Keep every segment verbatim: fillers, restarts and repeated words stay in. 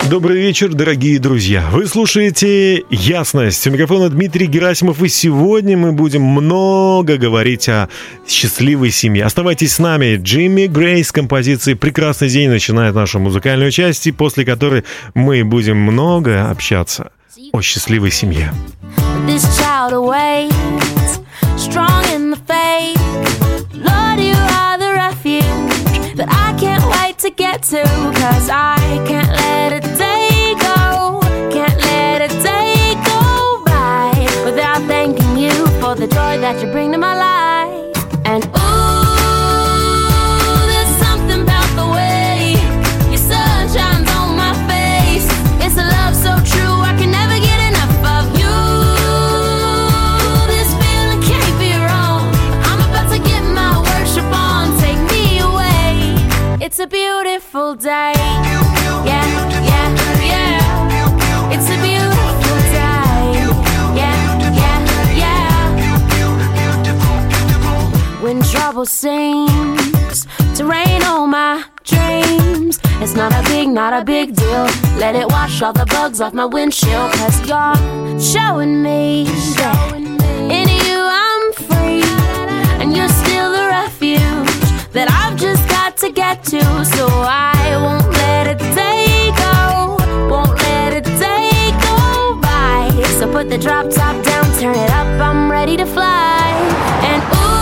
Добрый вечер, дорогие друзья. Вы слушаете «Ясность». У микрофона Дмитрий Герасимов. И сегодня мы будем много говорить о счастливой семье. Оставайтесь с нами. Джимми Грей с композицией «Прекрасный день» начинает нашу музыкальную часть, и после которой мы будем много общаться о счастливой семье. That I can't wait to get to, cause I can't let a day go, can't let a day go by without thanking you for the joy that you bring to my life. And ooh, there's something about the way your sun shines on my face. It's a love so true, I can never get enough of you. This feeling can't be wrong, I'm about to get my worship on. Take me away, it's a beautiful day. Yeah, yeah, yeah. It's a beautiful day. Yeah, yeah, yeah. When trouble seems to rain on my dreams, it's not a big, not a big deal. Let it wash all the bugs off my windshield. Cause you're showing me that in you I'm free, and you're still the refuge that I've just got to get to. So I won't let a day go, won't let a day go by. So put the drop top down, turn it up, I'm ready to fly. And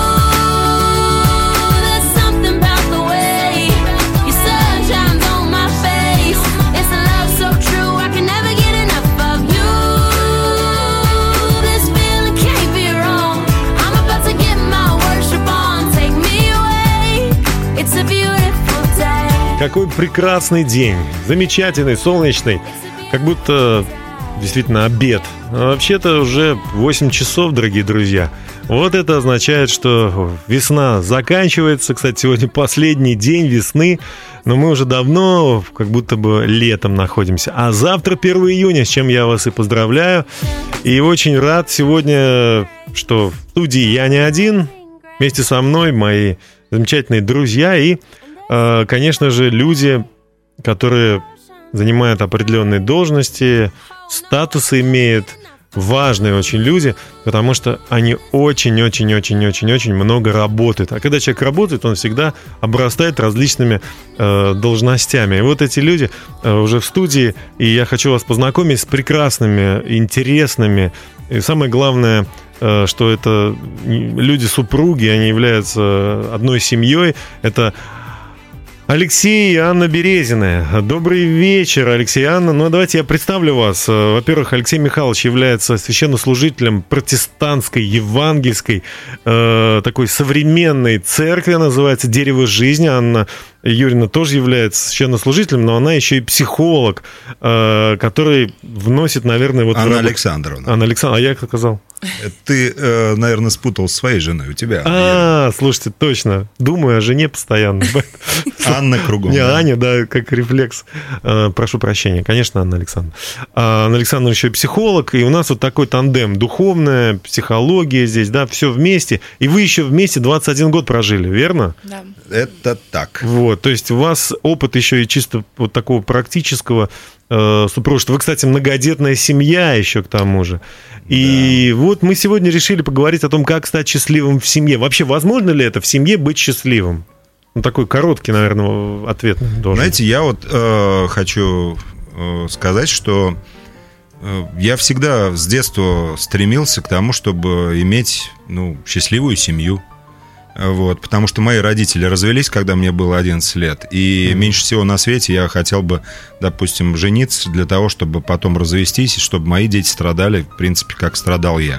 ooh, there's something about the way your sun shines on my face. It's a love so true, I can never get enough of you. This feeling can't be wrong, I'm about to get my worship on. Take me away, it's a beautiful day. Какой прекрасный день, замечательный, солнечный, как будто действительно обед. А вообще-то уже восемь часов, дорогие друзья. Вот это означает, что весна заканчивается. Кстати, сегодня последний день весны, но мы уже давно как будто бы летом находимся. А завтра первое июня, с чем я вас и поздравляю. И очень рад сегодня, что в студии я не один. Вместе со мной мои замечательные друзья и, конечно же, люди, которые занимают определенные должности, статусы имеют, важные очень люди, потому что они очень-очень-очень-очень-очень много работают. А когда человек работает, он всегда обрастает различными э, должностями. И вот эти люди э, уже в студии, и я хочу вас познакомить с прекрасными, интересными, и самое главное, э, что это люди-супруги, они являются одной семьей. Это Алексей и Анна Березины. Добрый вечер, Алексей и Анна. Ну, давайте я представлю вас. Во-первых, Алексей Михайлович является священнослужителем протестантской, евангельской, э, такой современной церкви, называется «Дерево жизни». Анна Юрьевна тоже является священнослужителем, но она еще и психолог, э, который вносит, наверное... Вот Анна Александровна. Анна Александровна. А я как сказал? Ты, э, наверное, спутал с своей женой. У тебя. А, я... слушайте, точно. Думаю о жене постоянно. Анна кругом. Не, да. Аня, да, как рефлекс. Прошу прощения. Конечно, Анна Александровна. Анна Александровна еще и психолог, и у нас вот такой тандем. Духовная, психология здесь, да, все вместе. И вы еще вместе двадцать один год прожили, верно? Да. Это так. Вот, то есть у вас опыт еще и чисто вот такого практического э, супружества. Вы, кстати, многодетная семья еще к тому же. И да. Вот мы сегодня решили поговорить о том, как стать счастливым в семье. Вообще, возможно ли это в семье быть счастливым? Ну, такой короткий, наверное, ответ должен. Знаете, я вот э, хочу э, сказать, что э, я всегда с детства стремился к тому, чтобы иметь, ну, счастливую семью. Вот, потому что мои родители развелись, когда мне было одиннадцать лет. И mm-hmm. меньше всего на свете я хотел бы, допустим, жениться для того, чтобы потом развестись, и чтобы мои дети страдали, в принципе, как страдал я.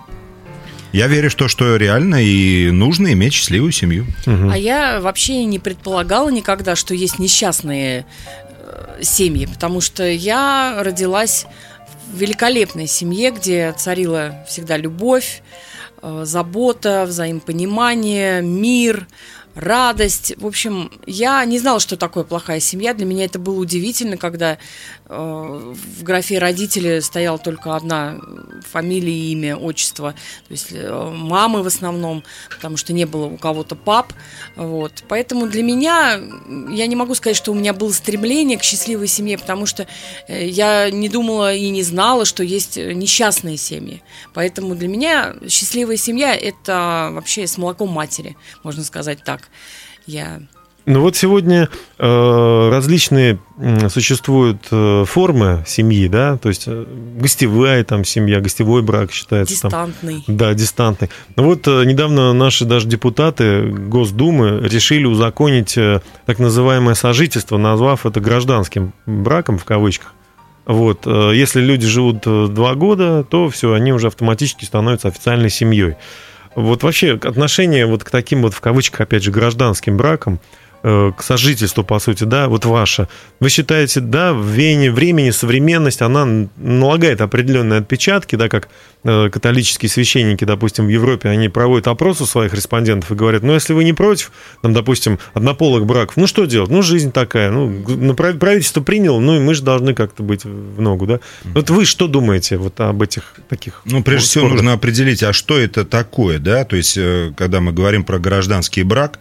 Я верю в то, что реально и нужно иметь счастливую семью. Угу. А я вообще не предполагала никогда, что есть несчастные э, семьи, потому что я родилась в великолепной семье, где царила всегда любовь, э, забота, взаимопонимание, мир. радость. В общем, я не знала, что такое плохая семья. Для меня это было удивительно, когда э, в графе родители стояла только одна фамилия, имя, отчество. То есть э, мамы в основном, потому что не было у кого-то пап. Вот. Поэтому для меня, я не могу сказать, что у меня было стремление к счастливой семье, потому что э, я не думала и не знала, что есть несчастные семьи. Поэтому для меня счастливая семья – это вообще с молоком матери, можно сказать так. Я... Ну вот сегодня э, различные э, существуют э, формы семьи, да, то есть э, гостевая там семья, гостевой брак считается. Дистантный. Там, да, дистантный. Ну вот э, недавно наши даже депутаты Госдумы решили узаконить э, так называемое сожительство, назвав это гражданским браком в кавычках. Вот, э, если люди живут два года, то все, они уже автоматически становятся официальной семьей. Вот вообще отношение вот к таким вот, в кавычках, опять же, гражданским бракам, э, к сожительству, по сути, да, вот ваше. Вы считаете, да, в веянии времени современность, она налагает определенные отпечатки, да, как э, католические священники, допустим, в Европе, они проводят опрос у своих респондентов и говорят, ну, если вы не против, там, допустим, однополых браков, ну, что делать? Ну, жизнь такая, ну, правительство приняло, ну, и мы же должны как-то быть в ногу, да. Вот вы что думаете вот об этих таких... Ну, прежде всего, нужно определить, а что это такое, да, то есть, когда мы говорим про гражданский брак,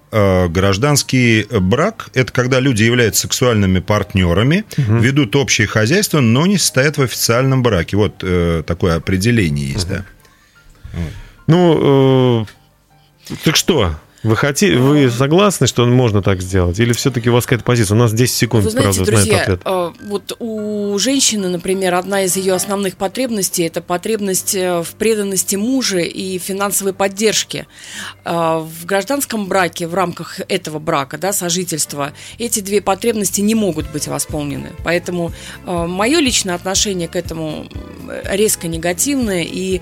гражданский брак – это когда люди являются сексуальными партнерами, угу. ведут общее хозяйство, но не состоят в официальном браке. Вот э, такое определение есть, угу. да. Вот. Ну, э, так что? Вы, хотите, вы согласны, что можно так сделать? Или все-таки у вас какая-то позиция? У нас десять секунд, вы знаете, правда, друзья, знает ответ. Вот у женщины, например, одна из ее основных потребностей – это потребность в преданности мужа и финансовой поддержке. В гражданском браке, в рамках этого брака, да, сожительства, эти две потребности не могут быть восполнены. Поэтому мое личное отношение к этому резко негативное, и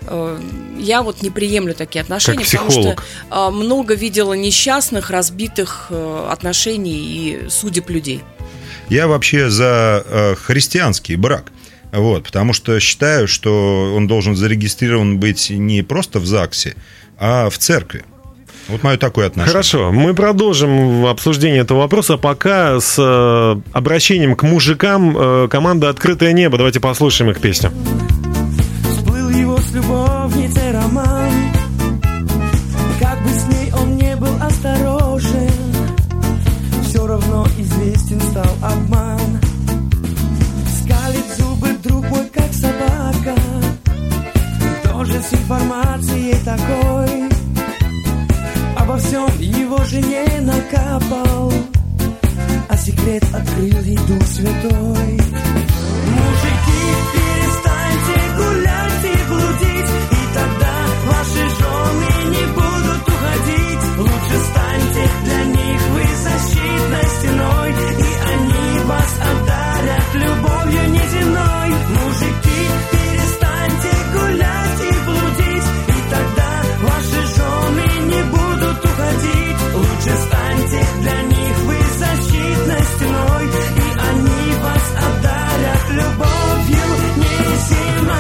я вот не приемлю такие отношения, как психолог. Потому что много видела несчастных, разбитых отношений и судеб людей. Я вообще за христианский брак. Вот, потому что считаю, что он должен зарегистрирован быть не просто в ЗАГСе, а в церкви. Вот мое такое отношение. Хорошо, мы продолжим обсуждение этого вопроса. Пока с обращением к мужикам команда «Открытое небо». Давайте послушаем их песню. Всплыл его с любовницей роман. Как бы с ней он не был осторожен, все равно известен стал обман. Скалит зубы, друг мой, как собака, тоже с информацией такой. Обо всем его жене накапал, а секрет открыл ей Дух Святой. Мужики, перестаньте гулять и блудить, и тогда ваши жены не будут уходить. Лучше станьте для них вы защитной стеной, и они вас одарят любовью неземной. Мужики, перестаньте гулять и блудить, и тогда ваши жены не будут уходить. Лучше станьте для них вы защитной стеной, и они вас одарят любовью неземной.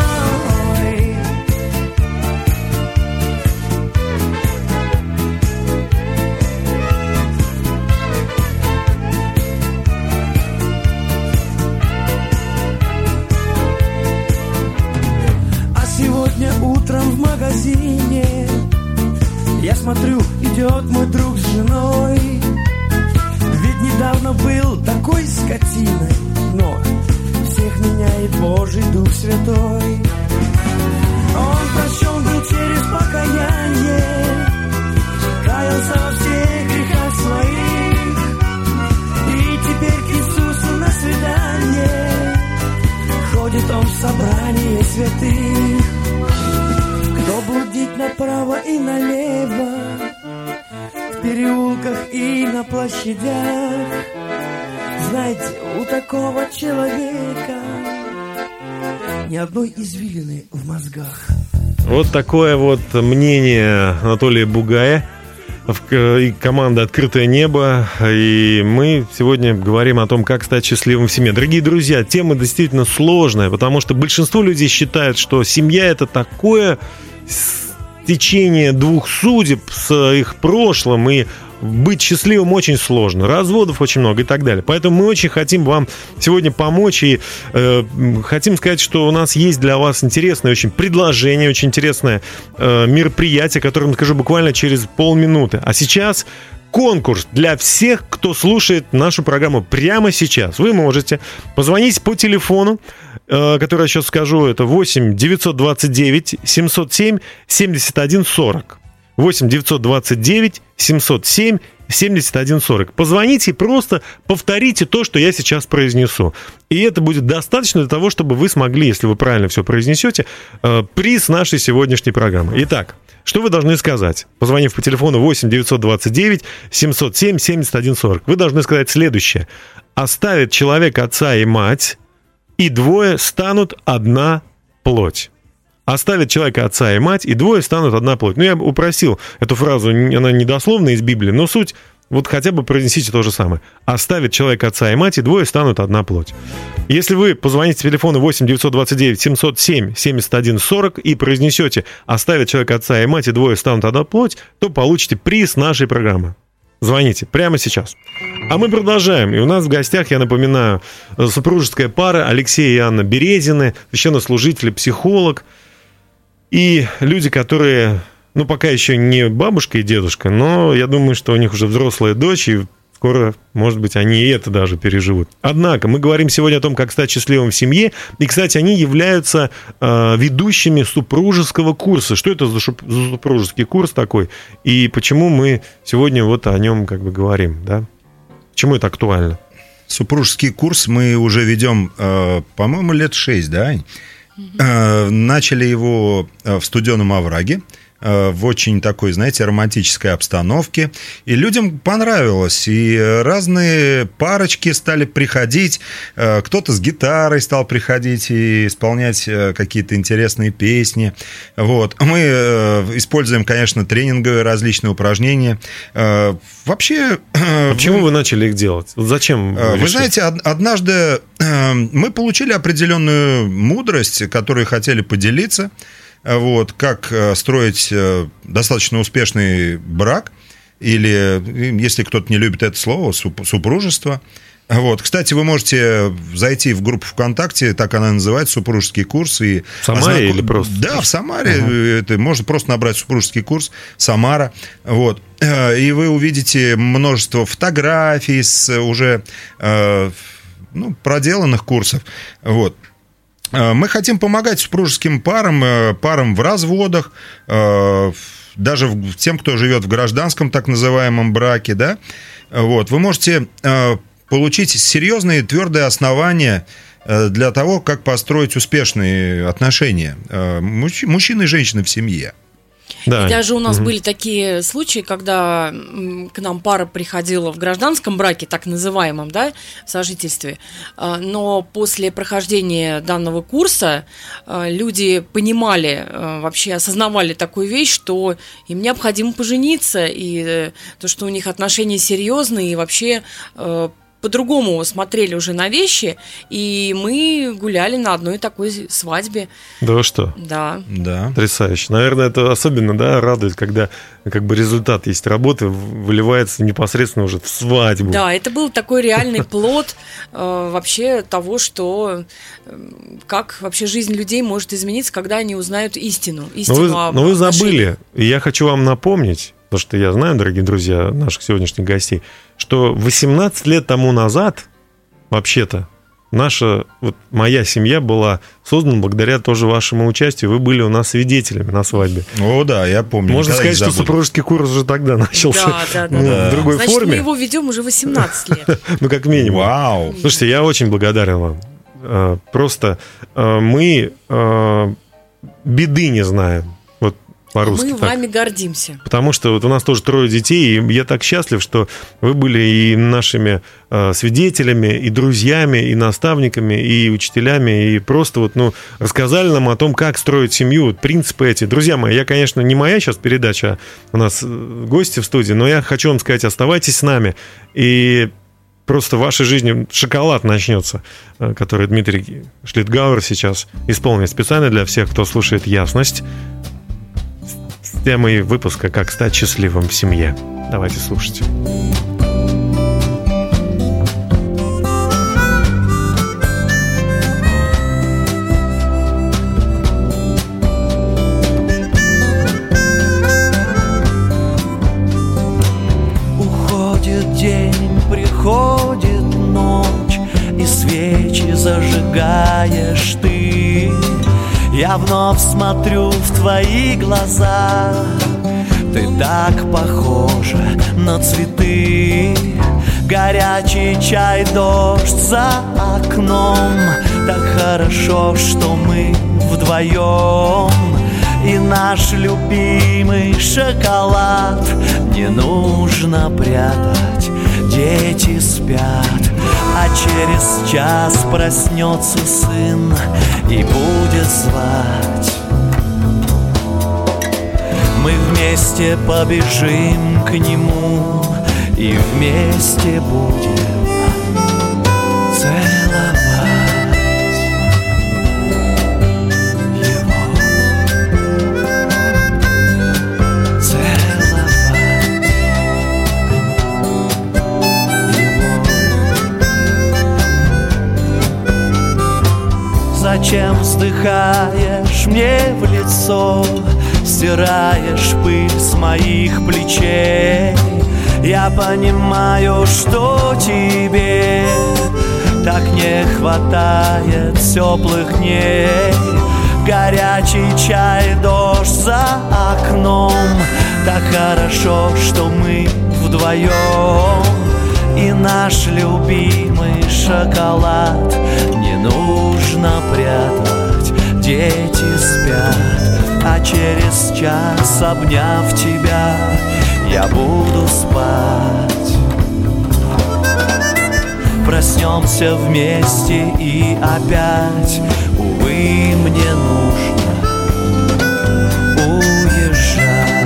А сегодня утром в магазине я смотрю, идет мой друг с женой. Ведь недавно был такой скотиной, но всех меняет Божий Дух Святой. Он прощен был через покаяние, каялся во всех грехах своих, и теперь к Иисусу на свидание ходит он в собрание святых. Кто блудит направо и налево, в переулках и на площадях, знаете, у такого человека ни одной извилины в мозгах. Вот такое вот мнение Анатолия Бугая и команда «Открытое небо». И мы сегодня говорим о том, как стать счастливым в семье. Дорогие друзья, тема действительно сложная, потому что большинство людей считает, что семья – это такое течение двух судеб с их прошлым, и быть счастливым очень сложно, разводов очень много и так далее. Поэтому мы очень хотим вам сегодня помочь и э, хотим сказать, что у нас есть для вас интересное очень предложение, очень интересное э, мероприятие, о котором скажу буквально через полминуты. А сейчас конкурс для всех, кто слушает нашу программу прямо сейчас. Вы можете позвонить по телефону, э, который я сейчас скажу, это восемь девятьсот двадцать девять семьсот семь семьдесят один сорок. восемь девятьсот двадцать девять семьсот семь семьдесят один сорок. Позвоните и просто повторите то, что я сейчас произнесу. И это будет достаточно для того, чтобы вы смогли, если вы правильно все произнесете, приз нашей сегодняшней программы. Итак, что вы должны сказать? Позвонив по телефону восемь девятьсот двадцать девять семьсот семь семьдесят один сорок, вы должны сказать следующее. Оставит человек отца и мать, и двое станут одна плоть. Оставит человека отца и мать, и двое станут одна плоть. Ну, я бы упросил эту фразу, она недословно из Библии, но суть, вот хотя бы произнесите то же самое. Оставит человека отца и мать, и двое станут одна плоть. Если вы позвоните с телефона восемь девятьсот двадцать девять семьсот семь семьдесят один сорок и произнесете «Оставит человека отца и мать, и двое станут одна плоть», то получите приз нашей программы. Звоните прямо сейчас. А мы продолжаем. И у нас в гостях, я напоминаю, супружеская пара Алексей и Анна Березины, священнослужитель, психолог. И люди, которые, ну, пока еще не бабушка и дедушка, но я думаю, что у них уже взрослая дочь, и скоро, может быть, они и это даже переживут. Однако, мы говорим сегодня о том, как стать счастливым в семье. И, кстати, они являются э, ведущими супружеского курса. Что это за, шуп- за супружеский курс такой? И почему мы сегодня вот о нем как бы говорим, да? Почему это актуально? Супружеский курс мы уже ведем, э, по-моему, лет шесть, да, Ань? Mm-hmm. Начали его в Студеном овраге, в очень такой, знаете, романтической обстановке. И людям понравилось. И разные парочки стали приходить. Кто-то с гитарой стал приходить и исполнять какие-то интересные песни. Вот. Мы используем, конечно, тренинговые различные упражнения. Вообще... А почему вы начали их делать? Зачем? Вы, вы знаете, однажды мы получили определенную мудрость, которой хотели поделиться. Вот, как строить достаточно успешный брак, или, если кто-то не любит это слово, супружество. Вот. Кстати, вы можете зайти в группу ВКонтакте, так она называется, «Супружеский курс». И в Самаре ознак... или просто? Да, в Самаре. Ага. Это можно просто набрать «Супружеский курс Самара». Вот. И вы увидите множество фотографий с уже ну, проделанных курсов. Вот. Мы хотим помогать супружеским парам, парам в разводах, даже тем, кто живет в гражданском так называемом браке, да. Вот. Вы можете получить серьезные твердые основания для того, как построить успешные отношения мужчины и женщины в семье. Да. И даже у нас угу. были такие случаи, когда к нам пара приходила в гражданском браке, так называемом, да, сожительстве, но после прохождения данного курса люди понимали, вообще осознавали такую вещь, что им необходимо пожениться, и то, что у них отношения серьезные, и вообще по-другому смотрели уже на вещи, и мы гуляли на одной такой свадьбе. Да вы что? Да. Да. Потрясающе. Наверное, это особенно, да, радует, когда как бы результат есть работы, выливается непосредственно уже в свадьбу. Да, это был такой реальный плод э, вообще того, что э, как вообще жизнь людей может измениться, когда они узнают истину. истину но вы, но вы забыли, и я хочу вам напомнить, потому что я знаю, дорогие друзья, наших сегодняшних гостей, что восемнадцать лет тому назад, вообще-то, наша, вот моя семья была создана благодаря тоже вашему участию. Вы были у нас свидетелями на свадьбе. О, да, я помню. Можно сказать, что супружеский курс уже тогда начался. Да, да, да. Ну, да. В другой Значит, форме. мы его ведем уже восемнадцать лет. Ну, как минимум. Вау. Слушайте, я очень благодарен вам. Просто мы беды не знаем. По-русски, мы так. вами гордимся. Потому что вот у нас тоже трое детей, и я так счастлив, что вы были и нашими э, свидетелями, и друзьями, и наставниками, и учителями, и просто вот, ну, рассказали нам о том, как строить семью, вот принципы эти. Друзья мои, я, конечно, не моя сейчас передача, у нас гости в студии, но я хочу вам сказать, оставайтесь с нами, и просто в вашей жизни шоколад начнется, который Дмитрий Шлитгауэр сейчас исполнит специально для всех, кто слушает «Ясность», темой выпуска «Как стать счастливым в семье». Давайте слушать. День, приходит ночь, и свечи зажигаешь ты. Я вновь смотрю в твои глаза. Ты так похожа на цветы. Горячий чай, дождь за окном. Так хорошо, что мы вдвоем. И наш любимый шоколад не нужно прятать, дети спят. А через час проснется сын и будет звать. Мы вместе побежим к нему и вместе будем целовать. Зачем вздыхаешь мне в лицо, стираешь пыль с моих плечей? Я понимаю, что тебе так не хватает теплых дней. Горячий чай, дождь за окном. Так хорошо, что мы вдвоем. И наш любимый шоколад не нужно прятать, дети спят. А через час, обняв тебя, я буду спать. Проснемся вместе и опять, увы, мне нужно уезжать.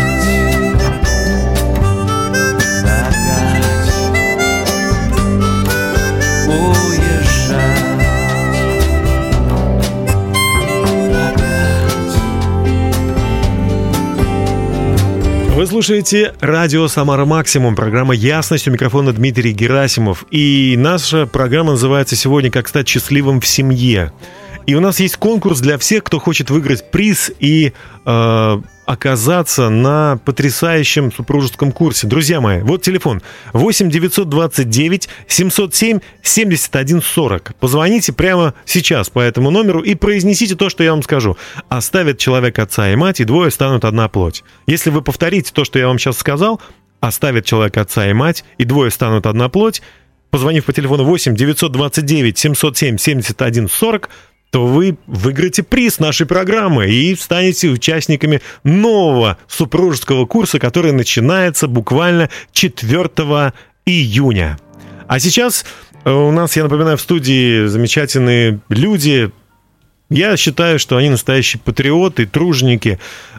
Вы слушаете радио «Самара Максимум», программа «Ясность», у микрофона Дмитрий Герасимов. И наша программа называется сегодня «Как стать счастливым в семье». И у нас есть конкурс для всех, кто хочет выиграть приз и э, оказаться на потрясающем супружеском курсе. Друзья мои, вот телефон восемь девятьсот двадцать девять семьсот семь семьдесят один сорок. Позвоните прямо сейчас по этому номеру и произнесите то, что я вам скажу. Оставит человек отца и мать, и двое станут одна плоть. Если вы повторите то, что я вам сейчас сказал, оставит человек отца и мать, и двое станут одна плоть, позвонив по телефону восемь девятьсот двадцать девять семьсот семь семьдесят один сорок, то вы выиграете приз нашей программы и станете участниками нового супружеского курса, который начинается буквально четвёртого июня. А сейчас у нас, я напоминаю, в студии замечательные люди. Я считаю, что они настоящие патриоты, труженики,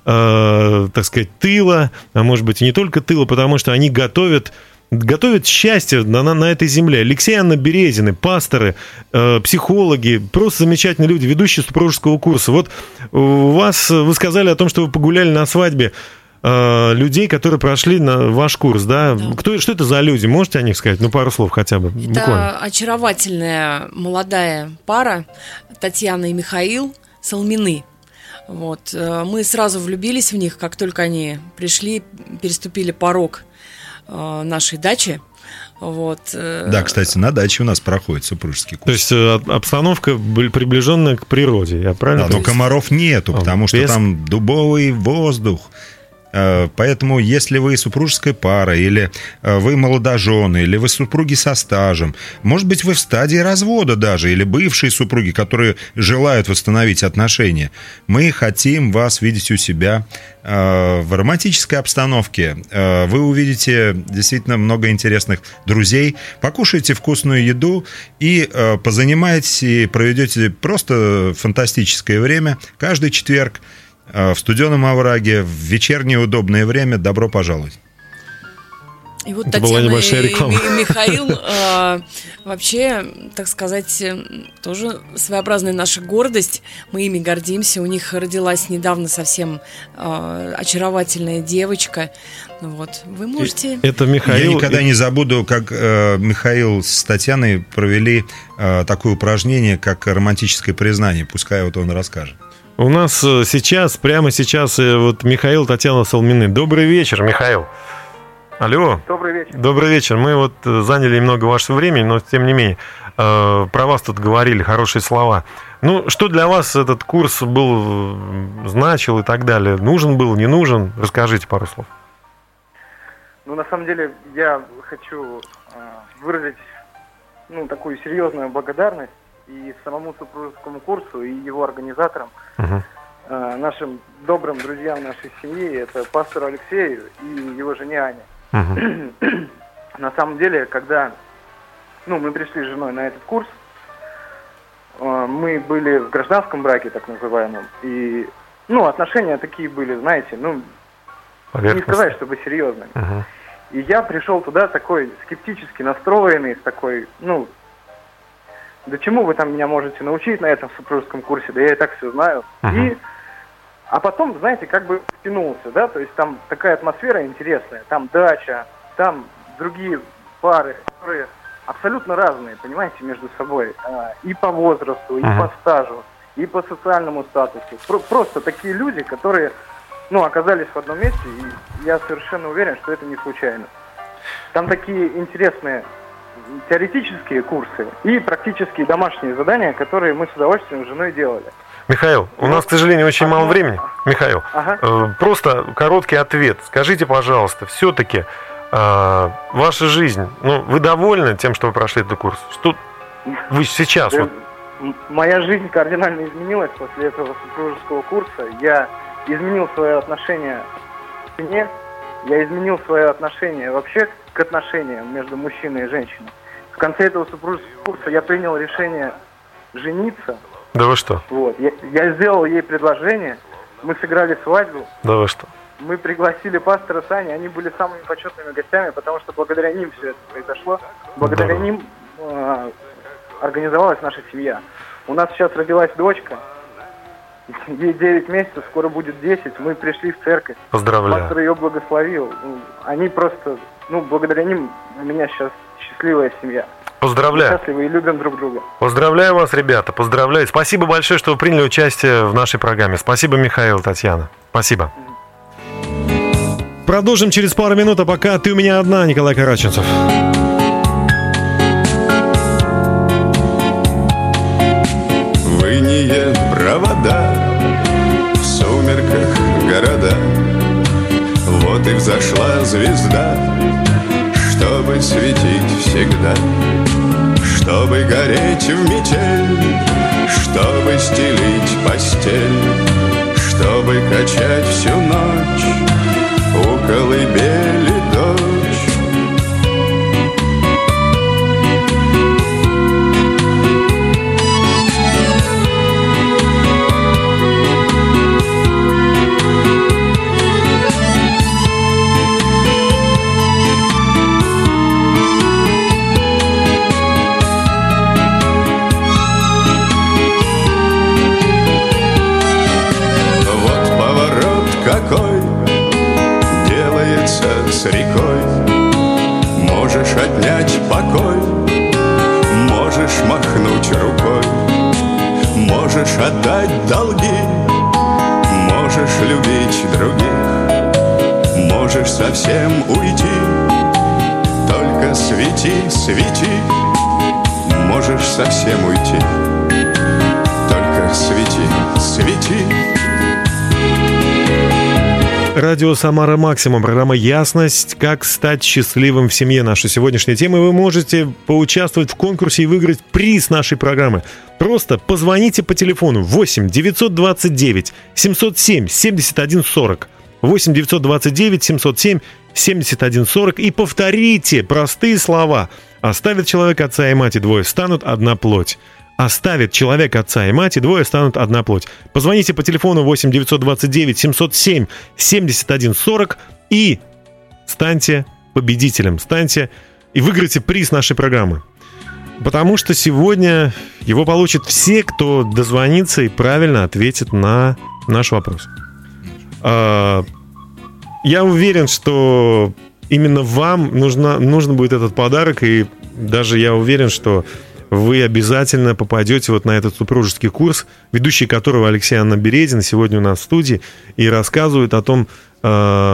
э, так сказать, тыла, а может быть и не только тыла, потому что они готовят Готовят счастье на, на, на этой земле. Алексей и Анна Березины, пасторы, э, психологи, просто замечательные люди, ведущие супружеского курса. Вот у вас, вы сказали о том, что вы погуляли на свадьбе э, людей, которые прошли на ваш курс, да? Да. Кто, что это за люди? Можете о них сказать? Ну, пару слов хотя бы. Это буквально. Очаровательная молодая пара, Татьяна и Михаил Салмины. Вот. Мы сразу влюбились в них, как только они пришли, переступили порог нашей дачи. Вот. Да, кстати, на даче у нас проходит супружеский курс. То есть обстановка приближенная к природе, я правильно? Да, но комаров нету, потому что без... там дубовый воздух. Поэтому, если вы супружеская пара, или вы молодожены, или вы супруги со стажем, может быть, вы в стадии развода даже, или бывшие супруги, которые желают восстановить отношения, мы хотим вас видеть у себя в романтической обстановке. Вы увидите действительно много интересных друзей, покушаете вкусную еду и позанимаетесь, и проведете просто фантастическое время каждый четверг в Студеном овраге в вечернее удобное время. Добро пожаловать. И вот Это была Татьяна небольшая и, реклама. и Михаил э, вообще, так сказать, э, тоже своеобразная наша гордость. Мы ими гордимся. У них родилась недавно совсем э, очаровательная девочка. Вот, вы можете... Это Михаил. Я никогда не забуду, как э, Михаил с Татьяной провели э, такое упражнение, как романтическое признание. Пускай вот он расскажет. У нас э, сейчас, прямо сейчас, э, вот Михаил, Татьяна Солмины. Добрый вечер, Михаил. Алло. Добрый вечер. Добрый вечер. Мы вот э, заняли немного вашего времени, но тем не менее, э, про вас тут говорили хорошие слова. Ну, что для вас этот курс был, значил и так далее? Нужен был, не нужен? Расскажите пару слов. Ну, на самом деле, я хочу э, выразить, ну, такую серьезную благодарность и самому супружескому курсу, и его организаторам, Угу. э, нашим добрым друзьям нашей семьи, это пастору Алексею и его жене Ане. Угу. На самом деле, когда, ну, мы пришли с женой на этот курс, э, мы были в гражданском браке, так называемом, и, ну, отношения такие были, знаете, ну, не сказать, чтобы серьезными. Угу. И я пришел туда такой скептически настроенный, с такой, ну, да чему вы там меня можете научить на этом супружеском курсе, да я и так все знаю. Uh-huh. И, а потом, знаете, как бы втянулся, да, то есть там такая атмосфера интересная, там дача, там другие пары, которые абсолютно разные, понимаете, между собой, а, и по возрасту, и Uh-huh. по стажу, и по социальному статусу. Про- просто такие люди, которые, ну, оказались в одном месте, и я совершенно уверен, что это не случайно. Там такие интересные теоретические курсы и практические домашние задания, которые мы с удовольствием с женой делали. Михаил, у нас, к сожалению, очень мало времени. Михаил, Ага. э, просто короткий ответ. Скажите, пожалуйста, все-таки э, ваша жизнь, ну, вы довольны тем, что вы прошли этот курс? Что вы сейчас Да, вот... м- моя жизнь кардинально изменилась после этого супружеского курса. Я изменил свое отношение к жене, я изменил свое отношение вообще к отношениям между мужчиной и женщиной. В конце этого супружеского курса я принял решение жениться. Да вы что? Вот. Я, я сделал ей предложение, мы сыграли свадьбу, Да вы что? мы пригласили пастора Сани, они были самыми почетными гостями, потому что благодаря ним все это произошло, благодаря Здорово. ним э, организовалась наша семья. У нас сейчас родилась дочка, ей девять месяцев, скоро будет десять, мы пришли в церковь, Поздравляю. пастор ее благословил. Ну, они просто, ну, благодаря ним у меня сейчас счастливая семья. Мы Поздравляю. счастливы и любим друг друга. Поздравляю вас, ребята, поздравляю. Спасибо большое, что вы приняли участие в нашей программе. Спасибо, Михаил, Татьяна. Спасибо. Продолжим через пару минут, а пока ты у меня одна, Николай Караченцев. В инее провода, в сумерках города. Вот и взошла звезда, чтобы светить всегда, чтобы гореть в метель, чтобы стелить постель, чтобы качать всю ночь у колыбели дочь. Вот поворот какой делается с рекой. Можешь отнять покой, можешь махнуть рукой, можешь отдать долги, можешь любить других, можешь совсем уйти. Только свети, свети, можешь совсем уйти. Только свети, свети. Радио «Самара Максимум», программа «Ясность. Как стать счастливым в семье». Наша сегодняшняя тема. Вы можете поучаствовать в конкурсе и выиграть приз нашей программы. Просто позвоните по телефону восемь девятьсот двадцать девять семьсот семь семьдесят один сорок. восемь девятьсот двадцать девять семьсот семь семьдесят один сорок и повторите простые слова. «Оставит человек отца и мать, и двое станут одна плоть». Оставит человек отца и мать, и двое станут одна плоть. Позвоните по телефону восемь девятьсот двадцать девять семьсот семь семьдесят один сорок и станьте победителем. Станьте и выиграйте приз нашей программы. Потому что сегодня его получат все, кто дозвонится и правильно ответит на наш вопрос. Я уверен, что именно вам нужно, нужно будет этот подарок, и даже я уверен, что вы обязательно попадете вот на этот супружеский курс, ведущий которого Алексей Анна Березина сегодня у нас в студии, и рассказывает о том, э,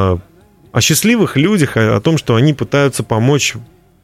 о счастливых людях, о, о том, что они пытаются помочь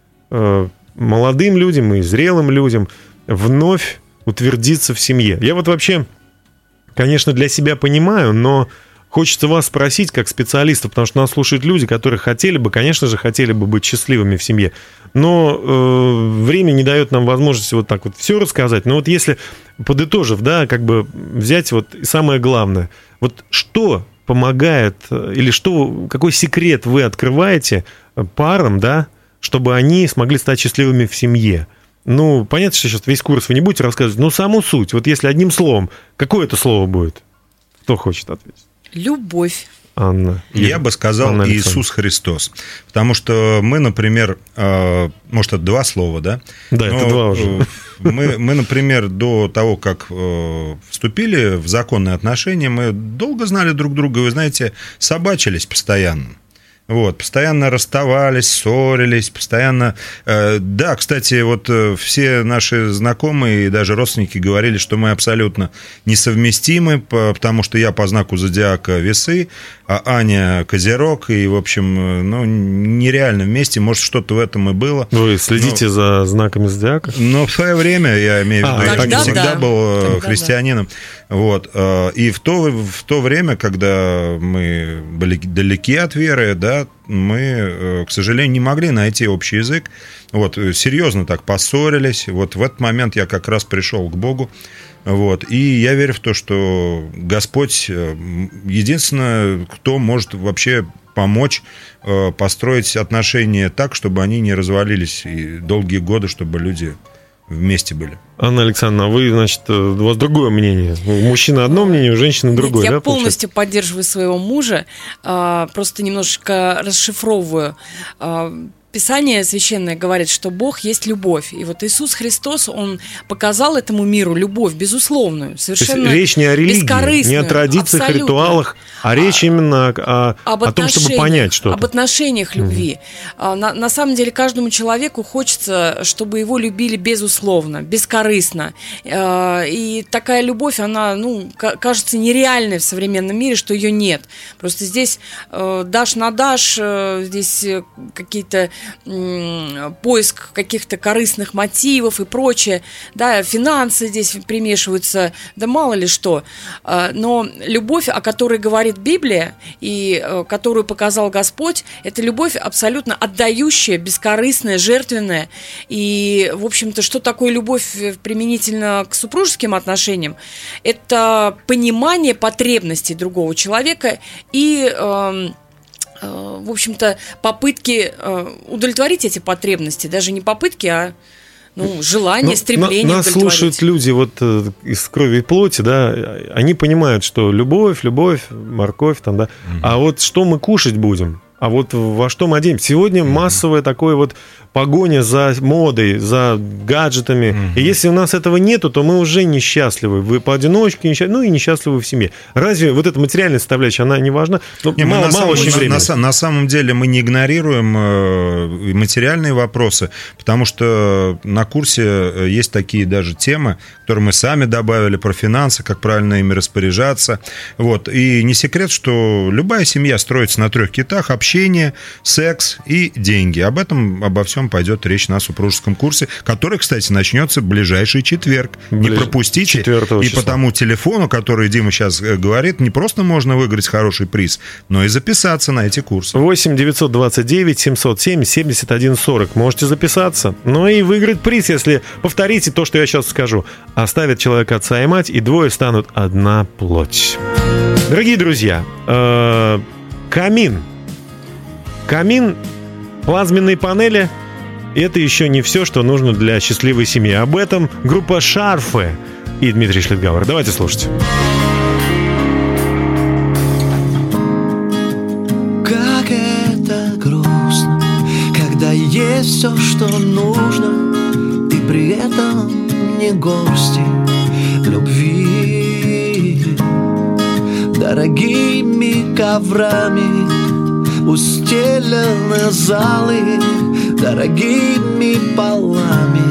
э, молодым людям и зрелым людям вновь утвердиться в семье. Я вот вообще, конечно, для себя понимаю, но хочется вас спросить, как специалиста, потому что нас слушают люди, которые хотели бы, конечно же, хотели бы быть счастливыми в семье, но э, время не дает нам возможности вот так вот все рассказать. Но вот если, подытожив, да, как бы взять вот самое главное, вот что помогает, или что, какой секрет вы открываете парам, да, чтобы они смогли стать счастливыми в семье? Ну, понятно, что сейчас весь курс вы не будете рассказывать, но саму суть, вот если одним словом, какое это слово будет? Кто хочет ответить? Любовь. Анна. Я бы сказал Анна Иисус Христос. Потому что мы, например, э, может, это два слова, да? Да, Но это два уже. Мы, мы, например, до того, как э, вступили в законные отношения, мы долго знали друг друга, вы знаете, собачились постоянно. Вот, постоянно расставались, ссорились, постоянно... Э, да, кстати, вот э, все наши знакомые и даже родственники говорили, что мы абсолютно несовместимы, по, потому что я по знаку зодиака Весы, а Аня Козерог, и, в общем, ну, нереально вместе, может, что-то в этом и было. Вы следите но, за знаками зодиака? Но в свое время, я имею в виду, а, я всегда да. был тогда христианином. Да. Вот, э, и в то, в то время, когда мы были далеки от веры, да, мы, к сожалению, не могли найти общий язык. Вот, серьезно так поссорились. Вот в этот момент я как раз пришел к Богу. Вот, и я верю в то, что Господь единственное, кто может вообще помочь построить отношения так, чтобы они не развалились и долгие годы, чтобы люди вместе были. Анна Александровна, вы, значит, у вас другое мнение. У мужчины одно мнение, у женщины другое. Нет, я да, полностью получается? поддерживаю своего мужа, просто немножечко расшифровываю. Писание священное говорит, что Бог есть любовь. И вот Иисус Христос, Он показал этому миру любовь безусловную, совершенно речь не о религии, не о традициях, абсолютно. ритуалах, а речь именно о, о, о том, чтобы понять что-то. Об отношениях любви. Mm-hmm. На, на самом деле каждому человеку хочется, чтобы его любили безусловно, бескорыстно. И такая любовь, она, ну, кажется нереальной в современном мире, что ее нет. Просто здесь дашь на дашь, здесь какие-то поиск каких-то корыстных мотивов и прочее, да, финансы здесь примешиваются, да мало ли что. Но любовь, о которой говорит Библия и которую показал Господь, это любовь абсолютно отдающая, бескорыстная, жертвенная. И, в общем-то, что такое любовь применительно к супружеским отношениям? Это понимание потребностей другого человека и... в общем-то, попытки удовлетворить эти потребности, даже не попытки, а ну, желание, стремление на, нас удовлетворить. Слушают люди вот из крови и плоти, да, они понимают, что любовь, любовь, морковь, там, да, угу. А вот что мы кушать будем? А вот во что мы оденем? Сегодня угу. массовое такое вот погоня за модой, за гаджетами. Угу. И если у нас этого нету, то мы уже несчастливы. Вы поодиночке, ну и несчастливы в семье. Разве вот эта материальная составляющая, она не важна? Ну, не, мало, мало очень времени. На, на самом деле мы не игнорируем э, материальные вопросы, потому что на курсе есть такие даже темы, которые мы сами добавили про финансы, как правильно ими распоряжаться. Вот. И не секрет, что любая семья строится на трех китах: общение, секс и деньги. Об этом, обо всем пойдет речь на супружеском курсе, который, кстати, начнется в ближайший четверг. Ближ... Не пропустите. И по тому телефону, который Дима сейчас говорит, не просто можно выиграть хороший приз, но и записаться на эти курсы. восемь девятьсот двадцать девять семьсот семь семьдесят один сорок. Можете записаться. Ну и выиграть приз, если повторите то, что я сейчас скажу. Оставят человека отца и мать, и двое станут одна плоть. Дорогие друзья, э-э- камин. Камин, плазменные панели – это еще не все, что нужно для счастливой семьи. Об этом группа «Шарфы» и Дмитрий Шлитгауэр. Давайте слушать. Как это грустно, при этом не горсти любви. Дорогими коврами устелены залы, дорогими полами.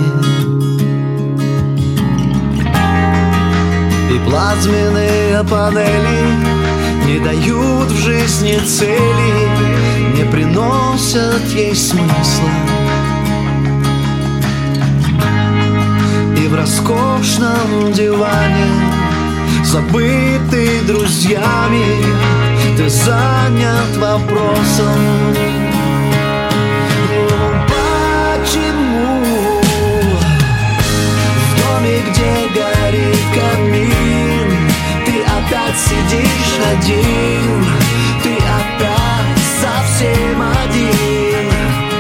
И плазменные панели не дают в жизни цели, не приносят ей смысла. И в роскошном диване, забытый друзьями, ты занят вопросом: почему в доме, где горит камин, ты опять сидишь один, ты опять совсем один.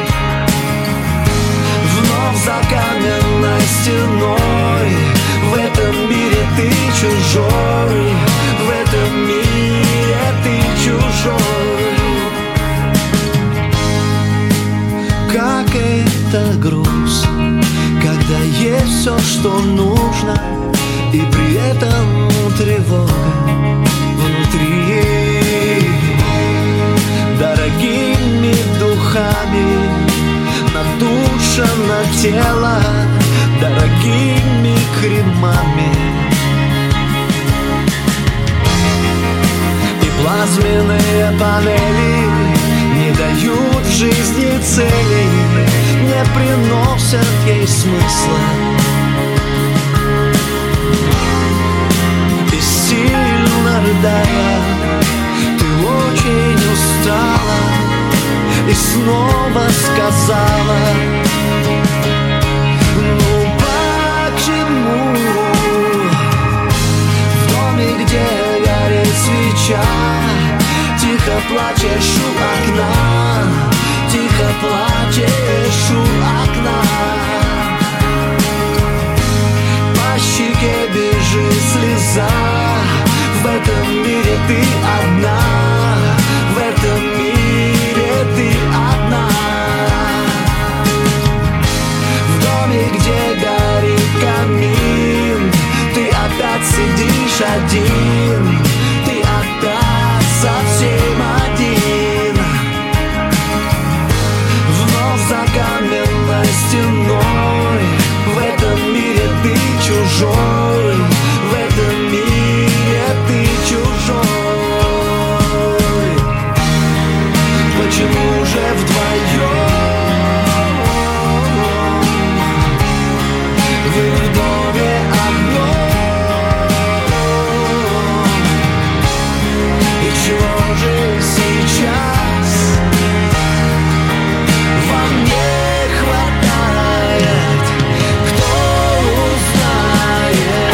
Вновь за каменной стеной, в этом мире ты чужой, в этом мире ты чужой. Как это грустно, когда есть все, что нужно, и при этом тревога внутри. Дорогими духами надушено тело, дорогими кремами. И плазменные панели не дают в жизни цели, не приносят ей смысла. И сильно рыдая, ты очень устала и снова сказала: ну почему в доме, где горит свеча, тихо плачешь у окна, тихо плачешь у окна. По щеке бежит слеза, в этом мире ты одна, в этом мире ты одна. В доме, где горит камин, ты опять сидишь один, ты опять совсем один. Вновь за каменной стеной, в этом мире ты чужой, в этом мире ты чужой. Почему же вдвоем вы в доме одном? И чего же сейчас вам не хватает? Кто узнает?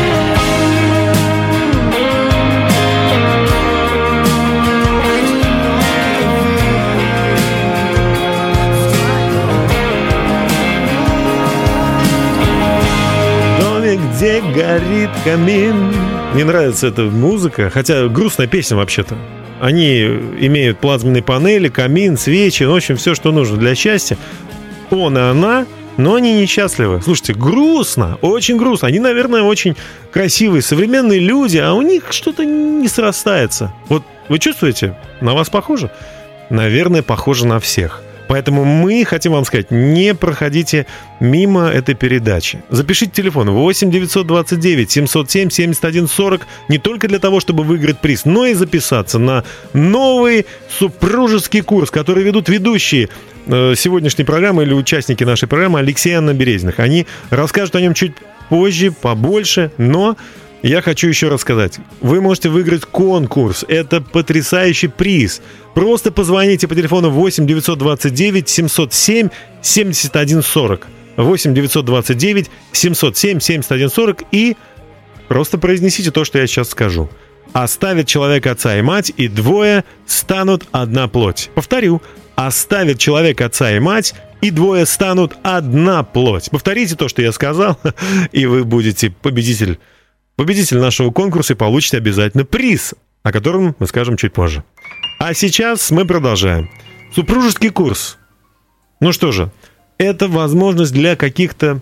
В доме, где горит камин. Мне нравится эта музыка, хотя грустная песня вообще-то. Они имеют плазменные панели, камин, свечи, в общем, все, что нужно для счастья. Он и она, но они несчастливы. Слушайте, грустно, очень грустно. Они, наверное, очень красивые, современные люди, а у них что-то не срастается. Вот вы чувствуете? На вас похоже? Наверное, похоже на всех. Поэтому мы хотим вам сказать, не проходите мимо этой передачи. Запишите телефон восемь девятьсот двадцать девять семьсот семь семьдесят один сорок не только для того, чтобы выиграть приз, но и записаться на новый супружеский курс, который ведут ведущие э, сегодняшней программы или участники нашей программы Алексей и Анна Березиных. Они расскажут о нем чуть позже, побольше, но я хочу еще раз сказать, вы можете выиграть конкурс, это потрясающий приз. Просто позвоните по телефону восемь девятьсот двадцать девять семьсот семь семьдесят один сорок. восемь девятьсот двадцать девять семьсот семь семьдесят один сорок и просто произнесите то, что я сейчас скажу. Оставит человек отца и мать, и двое станут одна плоть. Повторю. Оставит человек отца и мать, и двое станут одна плоть. Повторите то, что я сказал, и вы будете победитель. Победитель нашего конкурса и получите обязательно приз, о котором мы скажем чуть позже. А сейчас мы продолжаем. Супружеский курс. Ну что же, это возможность для каких-то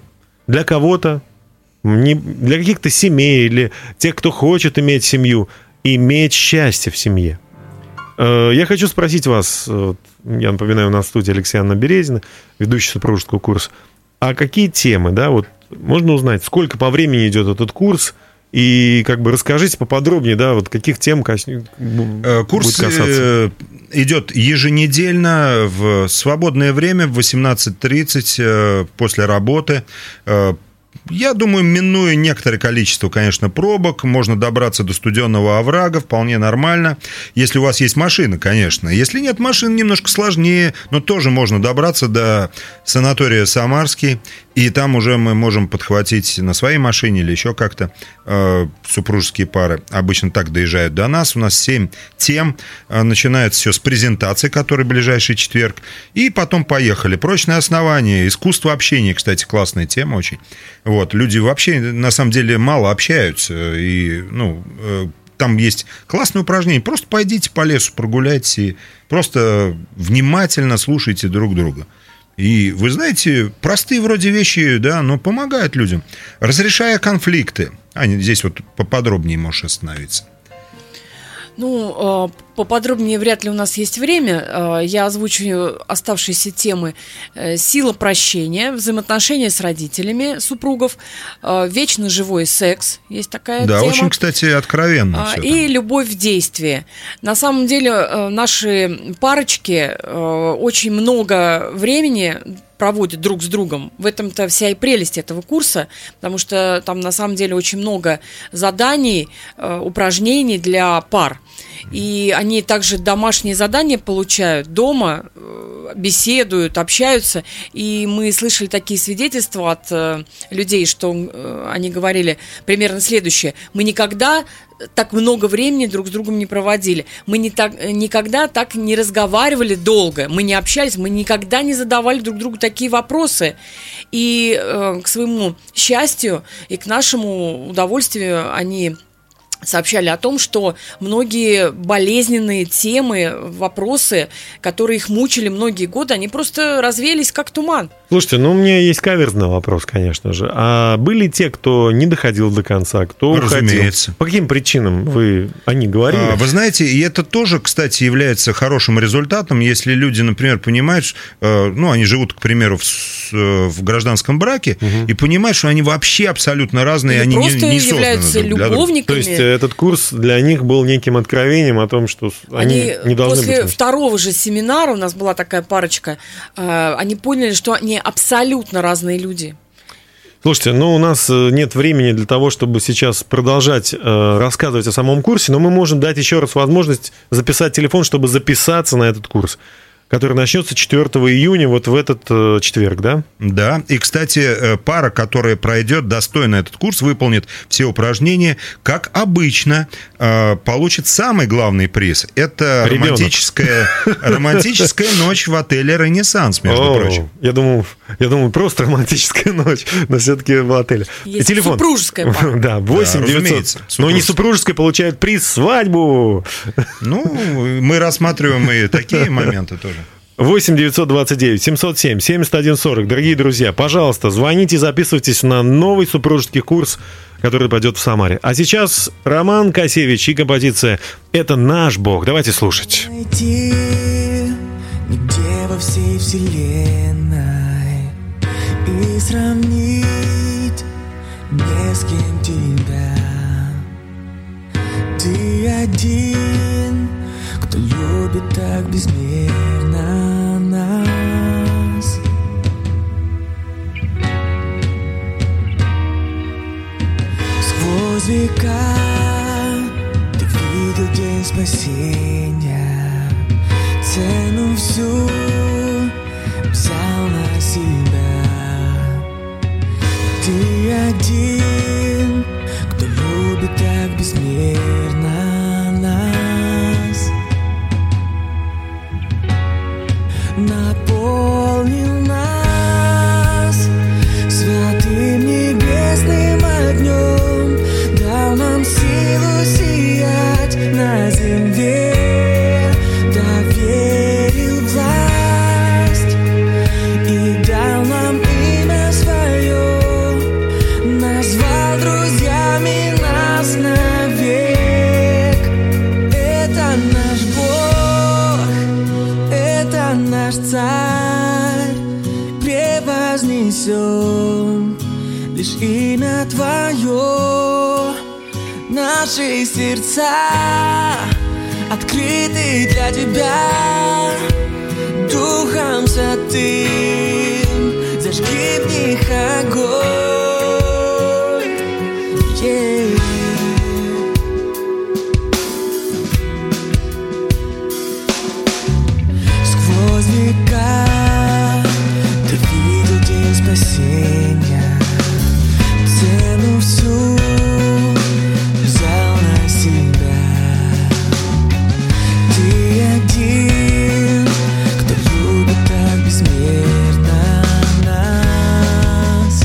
для кого-то, не, для каких-то семей или тех, кто хочет иметь семью, иметь счастье в семье. Я хочу спросить вас, я напоминаю, у нас в студии Алексей Анна Березина, ведущий супружеского курса, а какие темы, да, вот можно узнать, сколько по времени идет этот курс, и как бы расскажите поподробнее, да, вот каких тем кас... Курс будет касаться. Идет еженедельно в свободное время в восемнадцать тридцать после работы. Я думаю, минуя некоторое количество, конечно, пробок, можно добраться до Студенного оврага, вполне нормально. Если у вас есть машина, конечно. Если нет машин, немножко сложнее, но тоже можно добраться до санатория «Самарский». И там уже мы можем подхватить на своей машине или еще как-то э, супружеские пары. Обычно так доезжают до нас. У нас семь тем. Э, начинается все с презентации, которая в ближайший четверг. И потом поехали. Прочное основание, искусство общения. Кстати, классная тема очень. Вот. Люди вообще, на самом деле, мало общаются. И, ну... Э, там есть классные упражнения. Просто пойдите по лесу, прогуляйтесь и просто внимательно слушайте друг друга. И, вы знаете, простые вроде вещи, да, но помогают людям. Разрешая конфликты. Аня, здесь вот поподробнее можешь остановиться. Ну, поподробнее вряд ли у нас есть время. Я озвучу оставшиеся темы. Сила прощения, взаимоотношения с родителями супругов, вечно живой секс, есть такая да, тема. Да, очень, кстати, откровенно. И любовь в действии. На самом деле наши парочки очень много времени проводят друг с другом. В этом-то вся и прелесть этого курса, потому что там на самом деле очень много заданий, упражнений для пар. И они также домашние задания получают дома, беседуют, общаются. И мы слышали такие свидетельства от людей, что они говорили примерно следующее. Мы никогда так много времени друг с другом не проводили. Мы не так, никогда так не разговаривали долго. Мы не общались, мы никогда не задавали друг другу такие вопросы. И э, к своему счастью и к нашему удовольствию они сообщали о том, что многие болезненные темы, вопросы, которые их мучили многие годы, они просто развеялись как туман. Слушайте, ну у меня есть каверзный вопрос, конечно же. А были те, кто не доходил до конца, кто уходил? Разумеется. По каким причинам вы о них говорили? А, вы знаете, и это тоже, кстати, является хорошим результатом, если люди, например, понимают, ну, они живут, к примеру, в, в гражданском браке, угу. и понимают, что они вообще абсолютно разные, или они просто не, не созданы являются друг для любовниками. То есть этот курс для них был неким откровением о том, что они, они не должны после быть. Второго же семинара, у нас была такая парочка, они поняли, что они абсолютно разные люди. Слушайте, ну у нас нет времени для того, чтобы сейчас продолжать э, рассказывать о самом курсе, но мы можем дать еще раз возможность записать телефон, чтобы записаться на этот курс, который начнется четвёртого июня, вот в этот э, четверг, да? Да, и, кстати, пара, которая пройдет достойно этот курс, выполнит все упражнения, как обычно, э, получит самый главный приз. Это романтическая, романтическая ночь в отеле «Ренессанс», между О, прочим. Я думал, я думал, просто романтическая ночь, но все-таки в отеле. Есть телефон. Супружеская пара. Да, восемь девятьсот. Но не супружеская получает приз свадьбу. Ну, мы рассматриваем и такие моменты тоже. восемь девятьсот двадцать девять семьсот семь семьдесят один сорок. Дорогие друзья, пожалуйста, звоните, записывайтесь на новый супружеский курс, который пойдет в Самаре. А сейчас Роман Косевич и композиция «Это наш Бог». Давайте слушать. Найти нигде во всей вселенной и сравнить не с кем тебя. Ты один, кто любит так безмерно нас. Сквозь века ты видел день спасения, цену всю взял на себя. Ты один, кто любит так безмерно нас. Наполнил нас святым небесным огнем, дал нам силу сиять на земле, доверил власть и дал нам имя свое, лишь имя твое. Наши сердца открыты для тебя, духом святым зажги в них огонь. Yeah. Сквозь века ты видел день спасения, цену всю взял на себя. Ты один, кто любит так безмерно нас,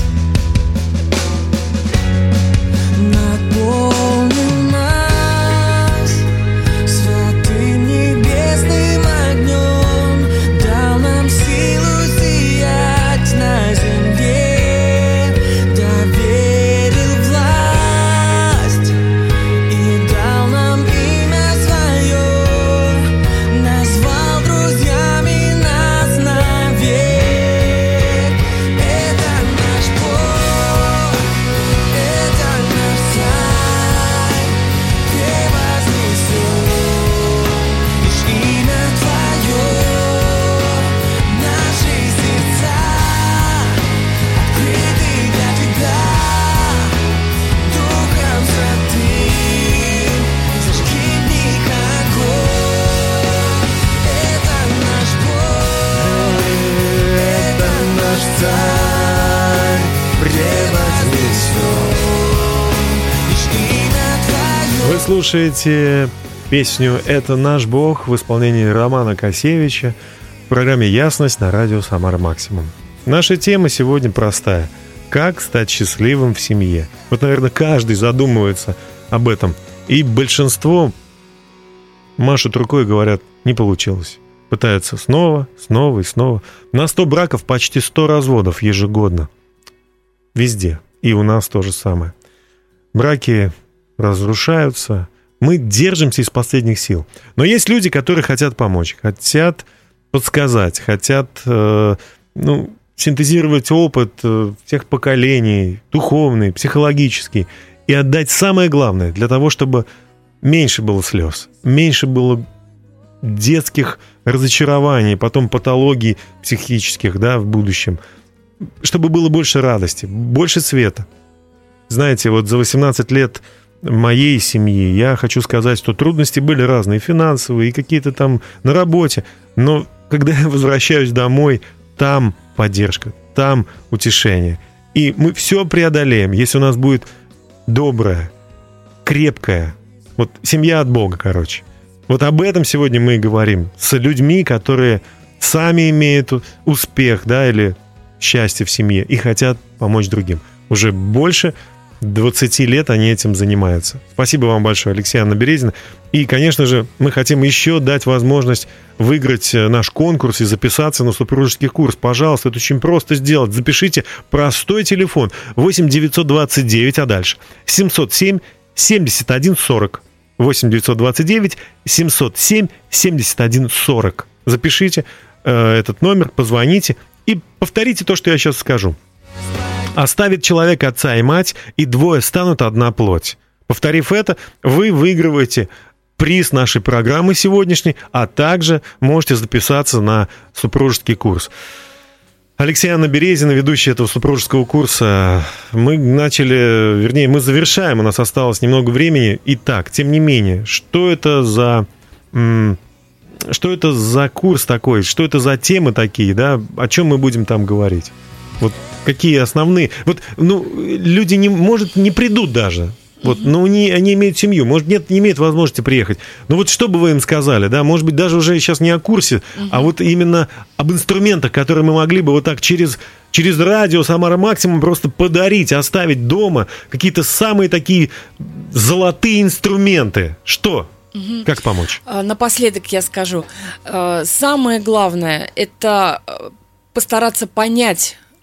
наполнил нас святым небесным огнем, дал нам силу сиять на земле, доверил власть и дал нам имя свое, назвал друзьями нас навек. Это наш Бог, это наш Царь, превознесен лишь имя Твое. Наши сердца открыты для Тебя, духом святым зажги в них огонь. Это наш Бог, это наш Царь, превознесен лишь имя Твое. Вы слушаете песню «Это наш Бог» в исполнении Романа Косевича в программе «Ясность» на радио «Самара Максимум». Наша тема сегодня простая. Как стать счастливым в семье? Вот, наверное, каждый задумывается об этом. И большинство машут рукой и говорят: не получилось. Пытаются снова, снова и снова. На сто браков почти сто разводов ежегодно. Везде. И у нас то же самое. Браки разрушаются. Мы держимся из последних сил. Но есть люди, которые хотят помочь, хотят подсказать, хотят э, ну, синтезировать опыт э, всех поколений, духовный, психологический, и отдать самое главное для того, чтобы меньше было слез, меньше было детских разочарований, потом патологий психических, да, в будущем, чтобы было больше радости, больше света. Знаете, вот за восемнадцать лет моей семьи я хочу сказать, что трудности были разные, финансовые, и какие-то там на работе, но когда я возвращаюсь домой, там поддержка, там утешение. И мы все преодолеем, если у нас будет добрая, крепкая, вот семья от Бога, короче. Вот об этом сегодня мы и говорим с людьми, которые сами имеют успех, да, или счастье в семье и хотят помочь другим. Уже больше двадцать лет они этим занимаются. Спасибо вам большое, Алексей, Анна Березина. И, конечно же, мы хотим еще дать возможность выиграть наш конкурс и записаться на супружеский курс. Пожалуйста, это очень просто сделать. Запишите простой телефон восемь девятьсот двадцать девять, а дальше семьсот семь семьдесят один сорок. восемь девятьсот двадцать девять семьсот семь семьдесят один сорок. Запишите э, этот номер, позвоните и повторите то, что я сейчас скажу. Оставит человек отца и мать, и двое станут одна плоть. Повторив это, вы выигрываете приз нашей программы сегодняшней, а также можете записаться на супружеский курс. Алексей, Анна Березина, ведущая этого супружеского курса. Мы начали, вернее, мы завершаем, у нас осталось немного времени. Итак, тем не менее, что это за... М- что это за курс такой? Что это за темы такие, да? О чем мы будем там говорить? Вот какие основные... Вот, ну, люди, не, может, не придут даже. Вот, но не, они имеют семью, может, нет, не имеют возможности приехать. Но вот что бы вы им сказали, да? Может быть, даже уже сейчас не о курсе, uh-huh. а вот именно об инструментах, которые мы могли бы вот так через, через радио «Самара Максимум» просто подарить, оставить дома. Какие-то самые такие золотые инструменты. Что? Uh-huh. Как помочь? Напоследок я скажу. Самое главное – это постараться понять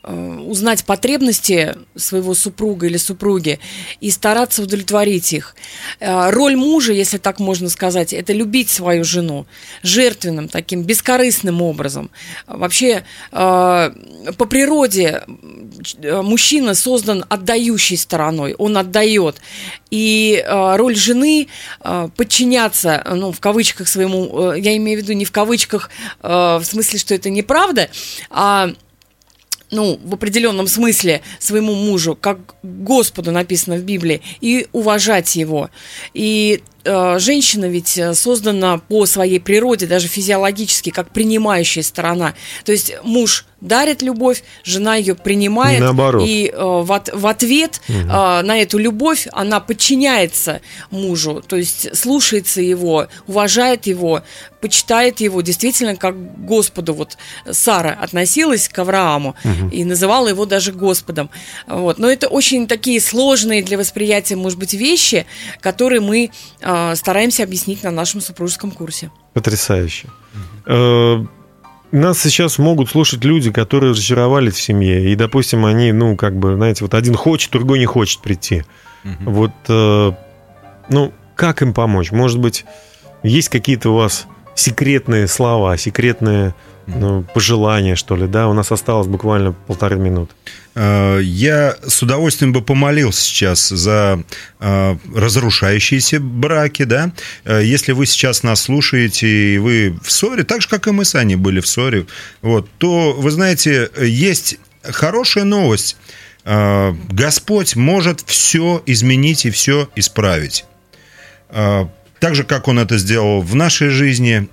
узнать потребности своего супруга или супруги и стараться удовлетворить их. Роль мужа, если так можно сказать, это любить свою жену жертвенным, таким бескорыстным образом. Вообще, по природе мужчина создан отдающей стороной, он отдает. И роль жены подчиняться, ну, в кавычках своему, я имею в виду не в кавычках, в смысле, что это неправда, а ну, в определенном смысле своему мужу, как Господу написано в Библии, и уважать его. И э, женщина ведь создана по своей природе, даже физиологически, как принимающая сторона. То есть муж дарит любовь, жена ее принимает. Наоборот. И э, в, от, в ответ угу. э, на эту любовь она подчиняется мужу, то есть слушается его, уважает его, почитает его, действительно, как к Господу. Вот Сара относилась к Аврааму угу. и называла его даже Господом. Вот. Но это очень такие сложные для восприятия, может быть, вещи, которые мы э, стараемся объяснить на нашем супружеском курсе. Потрясающе. Угу. Нас сейчас могут слушать люди, которые разочаровались в семье, и, допустим, они, ну, как бы, знаете, вот один хочет, другой не хочет прийти. Угу. Вот, э, ну, как им помочь? Может быть, есть какие-то у вас секретные слова, секретные ну, пожелания, что ли, да? У нас осталось буквально полторы минуты. Я с удовольствием бы помолился сейчас за разрушающиеся браки, да. Если вы сейчас нас слушаете, и вы в ссоре, так же, как и мы с Аней были в ссоре, вот, то, вы знаете, есть хорошая новость. Господь может все изменить и все исправить. Так же, как Он это сделал в нашей жизни,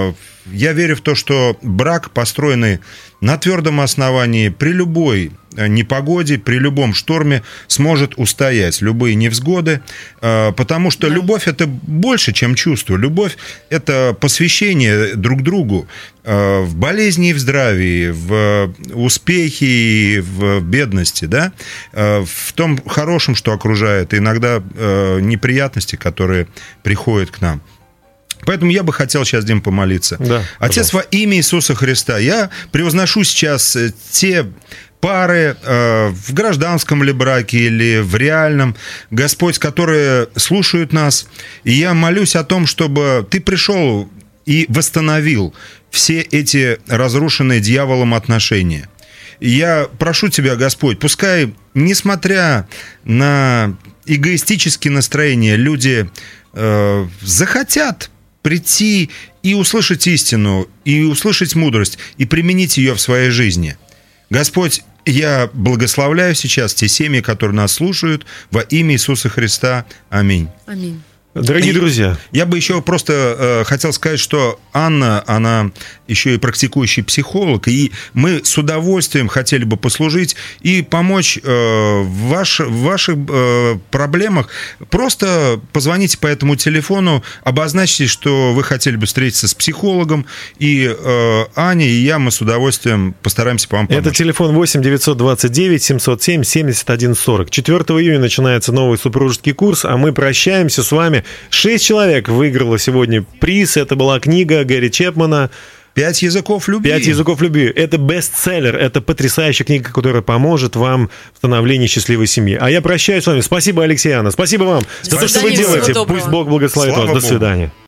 я верю в то, что брак, построенный на твердом основании, при любой непогоде, при любом шторме, сможет устоять любые невзгоды, потому что любовь – это больше, чем чувство. Любовь – это посвящение друг другу в болезни и в здравии, в успехе и в бедности, да? В том хорошем, что окружает, и иногда неприятности, которые приходят к нам. Поэтому я бы хотел сейчас, Дим, помолиться. Да, Отец, во имя Иисуса Христа, я превозношу сейчас те пары э, в гражданском ли браке или в реальном, Господь, которые слушают нас, и я молюсь о том, чтобы Ты пришел и восстановил все эти разрушенные дьяволом отношения. И я прошу Тебя, Господь, пускай, несмотря на эгоистические настроения, люди э, захотят прийти и услышать истину, и услышать мудрость, и применить ее в своей жизни. Господь, я благословляю сейчас те семьи, которые нас слушают, во имя Иисуса Христа. Аминь. Аминь. Дорогие друзья, я бы еще просто э, хотел сказать, что Анна, она еще и практикующий психолог, и мы с удовольствием хотели бы послужить и помочь э, в, ваш, в ваших э, проблемах. Просто позвоните по этому телефону, обозначьте, что вы хотели бы встретиться с психологом, и э, Аня и я, мы с удовольствием постараемся вам помочь. Это телефон восемь девятьсот двадцать девять семьсот семь семьдесят один сорок. четвёртого июня начинается новый супружеский курс, а мы прощаемся с вами. Шесть человек выиграло сегодня приз. Это была книга Гэри Чепмана «Пять языков любви». «Пять языков любви». Это бестселлер. Это потрясающая книга, которая поможет вам в становлении счастливой семьи. А я прощаюсь с вами. Спасибо, Алексей, Анна. Спасибо вам за то, что вы делаете. Пусть Бог благословит вас. До свидания.